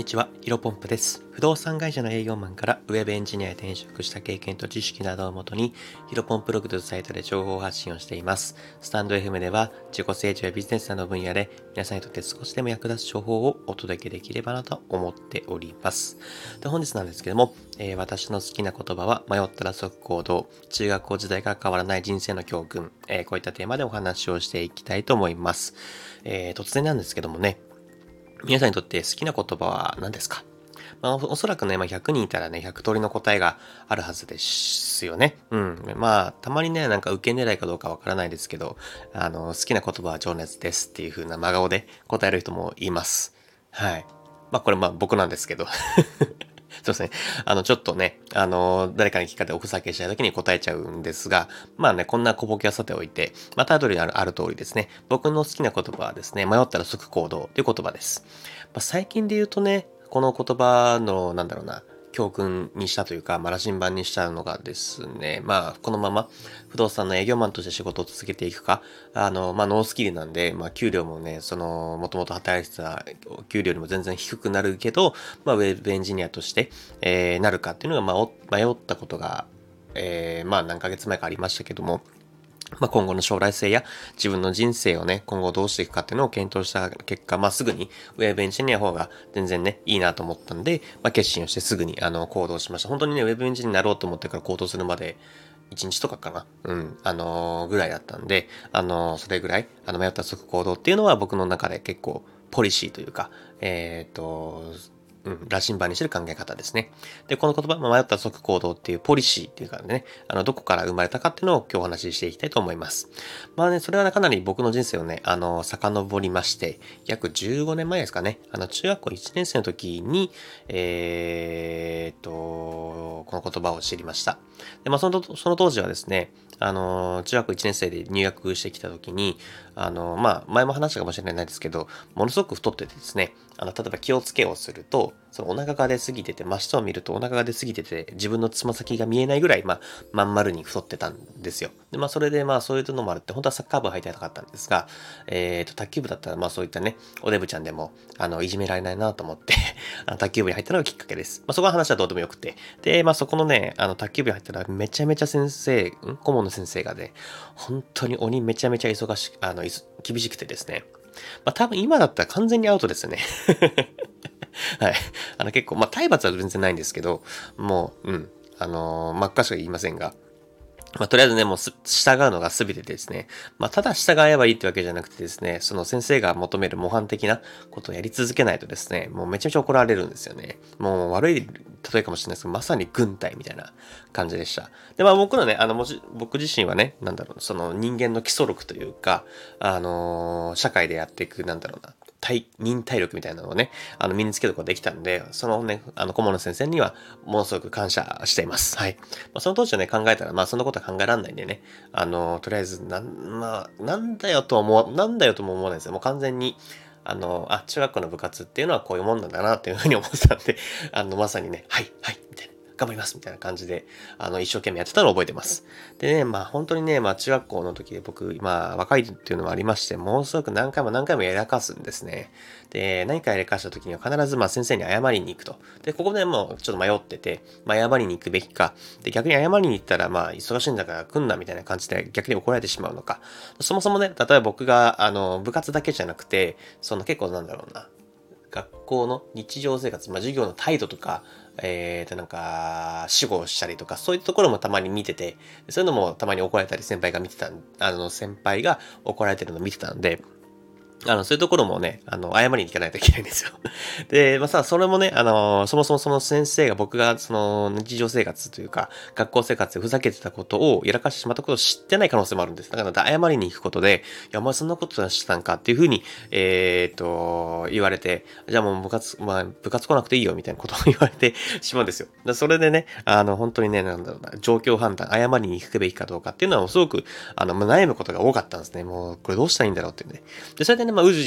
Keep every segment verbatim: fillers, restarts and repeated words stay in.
ちは、ヒロポンプです。不動産会社の営業マンからウェブエンジニアへ転職した経験と知識などをもとに、ヒロポンプログというサイトで情報発信をしています。スタンド エフエム では、自己成長やビジネスなどの分野で、皆さんにとって少しでも役立つ情報をお届けできればなと思っております。で本日なんですけども、えー、私の好きな言葉は、迷ったら即行動、中学校時代から変わらない人生の教訓、えー、こういったテーマでお話をしていきたいと思います。えー、突然なんですけどもね、皆さんにとって好きな言葉は何ですか？まあ、お, おそらくね、まあ、ひゃくにんいたらね、ひゃく通りの答えがあるはずですよね。うん。まあ、たまにね、なんか受け狙いかどうかわからないですけど、あの、好きな言葉は情熱ですっていう風な真顔で答える人もいます。はい。まあ、これまあ僕なんですけど。そうですね。あの、ちょっとね、あの、誰かに聞かれておふざけしたい時に答えちゃうんですが、まあね、こんな小ボケはさておいて、まあ、タイトルにある、ある通りですね、僕の好きな言葉はですね、迷ったら即行動という言葉です。まあ、最近で言うとね、この言葉の、なんだろうな、教訓にしたというか、まあ、羅針盤にしたのがですね、まあ、このまま不動産の営業マンとして仕事を続けていくか、あの、まあ、ノースキルなんで、まあ、給料もね、その、もともと働いてた給料よりも全然低くなるけど、まあ、ウェブエンジニアとして、えー、なるかっていうのが、まあ、迷ったことが、えー、まあ、何ヶ月前かありましたけども、まあ、今後の将来性や自分の人生をね、今後どうしていくかっていうのを検討した結果、まあ、すぐにウェブエンジニアの方が全然ね、いいなと思ったんで、まあ、決心をしてすぐにあの行動しました。本当にね、ウェブエンジニアになろうと思ってから行動するまで、いちにちとかかなうん、あのー、ぐらいだったんで、あのー、それぐらい、あの、迷ったら即行動っていうのは僕の中で結構、ポリシーというか、えっと、うん、羅針盤にしてる考え方ですね。で、この言葉、迷ったら即行動っていうポリシーっていうかね、あの、どこから生まれたかっていうのを今日お話ししていきたいと思います。まあね、それはかなり僕の人生をね、あの、遡りまして、約じゅうごねんまえですかね、あの、中学校いちねん生の時に、えーっと、この言葉を知りました。で、まあ、その、その当時はですね、あの、中学校いちねん生で入学してきた時に、あの、まあ、前も話したかもしれないですけど、ものすごく太っててですね、あの、例えば気をつけをすると、そのお腹が出すぎてて、真下を見るとお腹が出すぎてて、自分のつま先が見えないぐらい、まあ、まん丸に太ってたんですよ。で、まあ、それで、まあ、そういうのもあるって、本当はサッカー部入りたかったんですが、えっと、卓球部だったら、まあ、そういったね、おデブちゃんでも、あの、いじめられないなと思ってあの、卓球部に入ったのがきっかけです。まあ、そこの話はどうでもよくて。で、まあ、そこのね、あの、卓球部に入ったら、めちゃめちゃ先生、ん顧問の先生がね、本当に鬼めちゃめちゃ忙しく、あの、厳しくてですね、まあ多分今だったら完全にアウトですよね。はい。あの結構、まあ体罰は全然ないんですけど、もう、うん。あのー、真っ赤しか言いませんが、まあ、とりあえずね、もうす、従うのが全てですね。まあ、ただ従えばいいってわけじゃなくてですね、その先生が求める模範的なことをやり続けないとですね、もうめちゃめちゃ怒られるんですよね。もう悪い例えかもしれないですけど、まさに軍隊みたいな感じでした。で、まあ僕のね、あの、もし、僕自身はね、なんだろう、その人間の基礎力というか、あのー社会でやっていく、なんだろうな、体、忍耐力みたいなのをね、あの、身につけることができたんで、そのね、あの、顧問の先生には、ものすごく感謝しています。はい。まあ、その当時はね、考えたら、まあ、そんなことは考えられないんでね、あの、とりあえず、なん、まあ、なんだよとは思わ、なんだよとも思わないですよ。もう完全に、あの、あ、中学校の部活っていうのはこういうもんなんだな、というふうに思ってたんで、あの、まさにね、はい、はい、みたいな。頑張りますみたいな感じで、あの、一生懸命やってたのを覚えてます。でね、まあ本当にね、まあ中学校の時で僕、まあ若いっていうのもありまして、ものすごく何回も何回もやらかすんですね。で、何かやらかした時には必ずまあ先生に謝りに行くと。で、ここでもうちょっと迷ってて、まあ謝りに行くべきか。で、逆に謝りに行ったらまあ忙しいんだから来んなみたいな感じで逆に怒られてしまうのか。そもそもね、例えば僕が、あの、部活だけじゃなくて、その結構なんだろうな。学校の日常生活、まあ、授業の態度とか、えーと、なんか、死後したりとか、そういうところもたまに見てて、そういうのもたまに怒られたり、先輩が見てた、あの、先輩が怒られてるのを見てたんで、あの、そういうところもね、あの、謝りに行かないといけないんですよ。で、まあさ、それもね、あの、そもそもその先生が僕が、その、日常生活というか、学校生活でふざけてたことを、やらかしてしまったことを知ってない可能性もあるんです。だから、謝りに行くことで、いや、お前そんなことしてたんかっていうふうに、えー、っと、言われて、じゃあもう部活、まあ、部活来なくていいよ、みたいなことを言われてしまうんですよ。だそれでね、あの、本当にね、なんだろうな、状況判断、謝りに行くべきかどうかっていうのは、すごく、あの、悩むことが多かったんですね。もう、これどうしたらいいんだろうっていうね。で、それでね、まあ、うじうじし、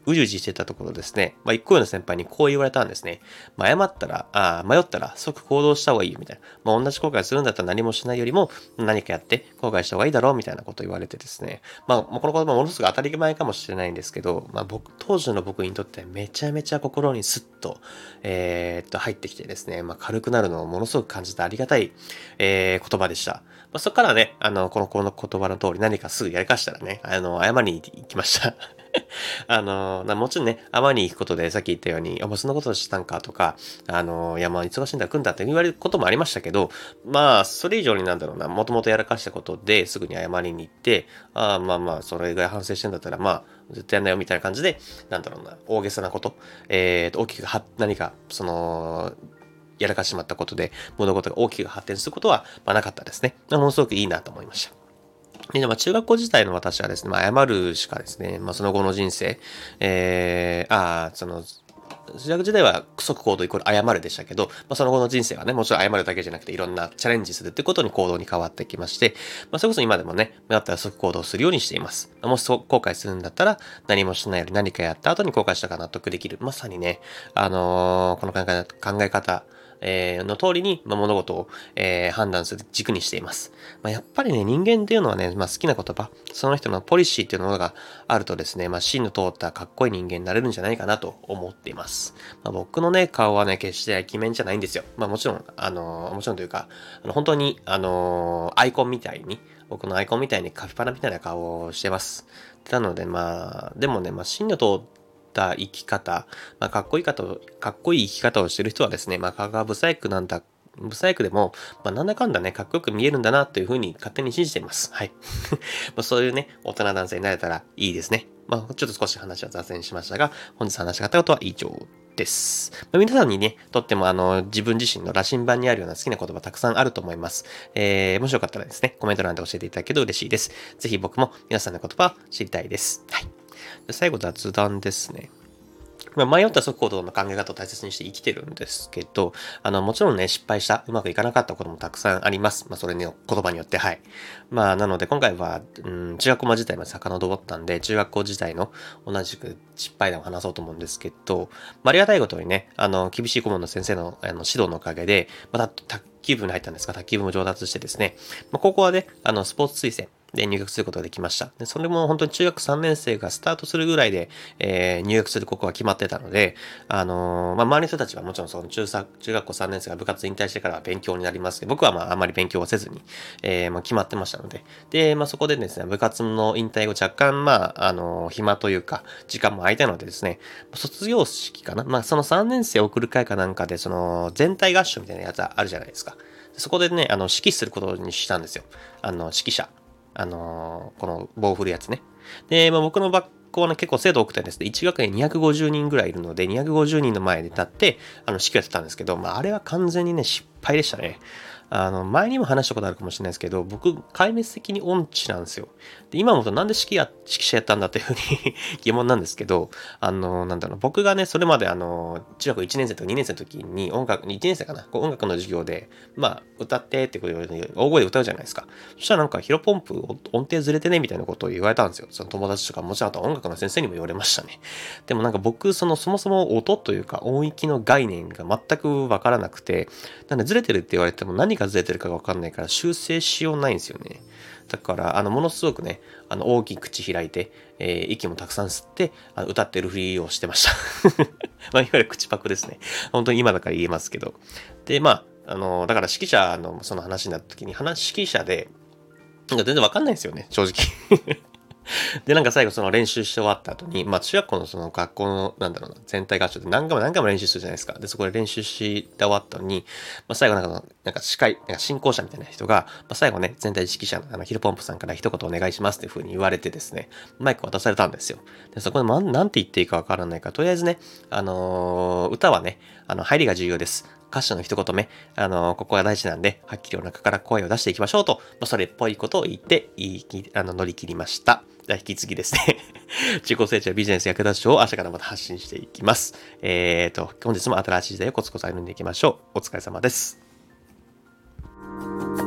うじうじしてたところですね、まあ、一個上の先輩にこう言われたんですね。まあ、誤ったら、あ迷ったら即行動した方がいいよみたいな。まあ、同じ後悔するんだったら何もしないよりも何かやって後悔した方がいいだろうみたいなことを言われてですね。まあ、この言葉ものすごく当たり前かもしれないんですけど、まあ、僕、当時の僕にとってめちゃめちゃ心にスッと、えー、っと入ってきてですね、まあ、軽くなるのをものすごく感じたありがたい、えー、言葉でした。まあ、そこからね、あの、この、この言葉の通り何かすぐやりかしたらね、あの、謝りに行きました。あの、もちろんね、謝りに行くことで、さっき言ったように、お前そんなことしたんかとか、あの、いや、まあ、忙しいんだ、来んだって言われることもありましたけど、まあ、それ以上になんだろうな、もともとやらかしたことですぐに謝りに行って、ああ、まあまあ、それぐらい反省してんだったら、まあ、絶対やんなよ、みたいな感じで、なんだろうな、大げさなこと、えーと、大きくは、何か、その、やらかしてしまったことで、物事が大きく発展することは、まあ、なかったですね。ものすごくいいなと思いました。で、まあ、中学校時代の私はですね、まあ、謝るしかですね、まあ、その後の人生、えー、ああ、その、中学時代は即行動イコール謝るでしたけど、まあ、その後の人生はね、もちろん謝るだけじゃなくていろんなチャレンジするってことに行動に変わってきまして、まあ、それこそ今でもね、だったら即行動するようにしています。もしそう後悔するんだったら、何もしないより何かやった後に後悔したか納得できる。まさにね、あのー、この考え考え方、えー、の通りに、まあ、物事を、えー、判断する軸にしています。まあ、やっぱりね、人間っていうのはね、まあ、好きな言葉、その人のポリシーっていうものがあるとですね、まあ、芯の通ったかっこいい人間になれるんじゃないかなと思っています。まあ、僕のね、顔はね、決してイケメンじゃないんですよ。まあ、もちろん、あのー、もちろんというか、あの本当に、あのー、アイコンみたいに、僕のアイコンみたいにカピバラみたいな顔をしてます。なので、まあ、でもね、まあ、芯の通った生き方、まあ、かっこいい方を、かっこいい生き方をしてる人はですね、まあ、顔がブサイクなんだ、ブサイクでも、まあ、なんだかんだね、かっこよく見えるんだな、というふうに勝手に信じています。はい。まあそういうね、大人男性になれたらいいですね。まあ、ちょっと少し話は雑談しましたが、本日話したかったことは以上です。まあ、皆さんにね、とってもあの、自分自身の羅針盤にあるような好きな言葉たくさんあると思います。えー、もしよかったらですね、コメント欄で教えていただけると嬉しいです。ぜひ僕も皆さんの言葉を知りたいです。はい。最後雑談ですね。まあ、迷った即行動の考え方を大切にして生きてるんですけど、あの、もちろんね、失敗した、うまくいかなかったこともたくさんあります。まあ、それの言葉によって、はい。まあ、なので今回は、うん、中学校時代まで遡ったんで、中学校時代の同じく失敗談を話そうと思うんですけど、まあ、ありがたいことにね、あの、厳しい顧問の先生のあの指導のおかげで、また卓球部に入ったんですが、卓球部も上達してですね、まあ、高校はね、あの、スポーツ推薦、で入学することができました。で、それも本当に中学さんねん生がスタートするぐらいで、えー、入学するここが決まってたので、あのー、まあ、周りの人たちはもちろんその中さ中学校さんねん生が部活引退してからは勉強になりますけど、僕はまああんまり勉強はせずに、えー、まあ決まってましたので、で、まあそこでですね、部活の引退後若干まあ、あのー、暇というか、時間も空いたのでですね、卒業式かな、まあそのさんねん生を送る会かなんかで、その全体合唱みたいなやつあるじゃないですか。そこでね、あの、指揮することにしたんですよ。あの、指揮者。あのー、この棒を振るやつね。で、まあ、僕の学校はね、結構生徒多くてですね、いち学年にひゃくごじゅうにんぐらいいるので、にひゃくごじゅうにんの前で立って、あの、指揮をやってたんですけど、まあ、あれは完全にね、失敗でしたね。あの、前にも話したことあるかもしれないですけど、僕、壊滅的に音痴なんですよ。で、今思うとなんで指揮や、指揮者やったんだっていうふうに疑問なんですけど、あの、なんだろう、僕がね、それまであの、中学いちねん生とかにねん生の時に音楽、いちねん生かな、こう音楽の授業で、まあ、歌ってってことで、大声で歌うじゃないですか。そしたらなんか、ヒロポンプ音程ずれてねみたいなことを言われたんですよ。その友達とか、もちろんあと音楽の先生にも言われましたね。でもなんか僕、その、そもそも音というか音域の概念が全くわからなくて、なんでずれてるって言われても何がずれてるかがわかんないから修正しようないんですよね。だから、あの、ものすごくね、あの、大きい口開いて、えー、息もたくさん吸って、あの歌ってるふりをしてました。まあ、いわゆる口パクですね。本当に今だから言えますけど。で、まあ、あの、だから指揮者のその話になった時に、話、指揮者で、なんか全然わかんないんですよね、正直。で、なんか最後その練習し終わった後に、まあ中学校のその学校の、なんだろうな、全体合唱で何回も何回も練習するじゃないですか。で、そこで練習して終わったのに、まあ最後なんか、なんか司会、なんか進行者みたいな人が、まあ最後ね、全体指揮者のあのヒルポンプさんから一言お願いしますっていう風に言われてですね、マイク渡されたんですよ。で、そこで、ま、なんて言っていいかわからないから、とりあえずね、あのー、歌はね、あの、入りが重要です。歌詞の一言目、あのー、ここが大事なんで、はっきりお腹から声を出していきましょうと、まあ、それっぽいことを言って、いい、あの、乗り切りました。じゃあ引き継ぎですね。自己成長やビジネス役立つ情報を明日からまた発信していきます。えーと、本日も新しい時代をコツコツ歩んでいきましょう。お疲れ様です。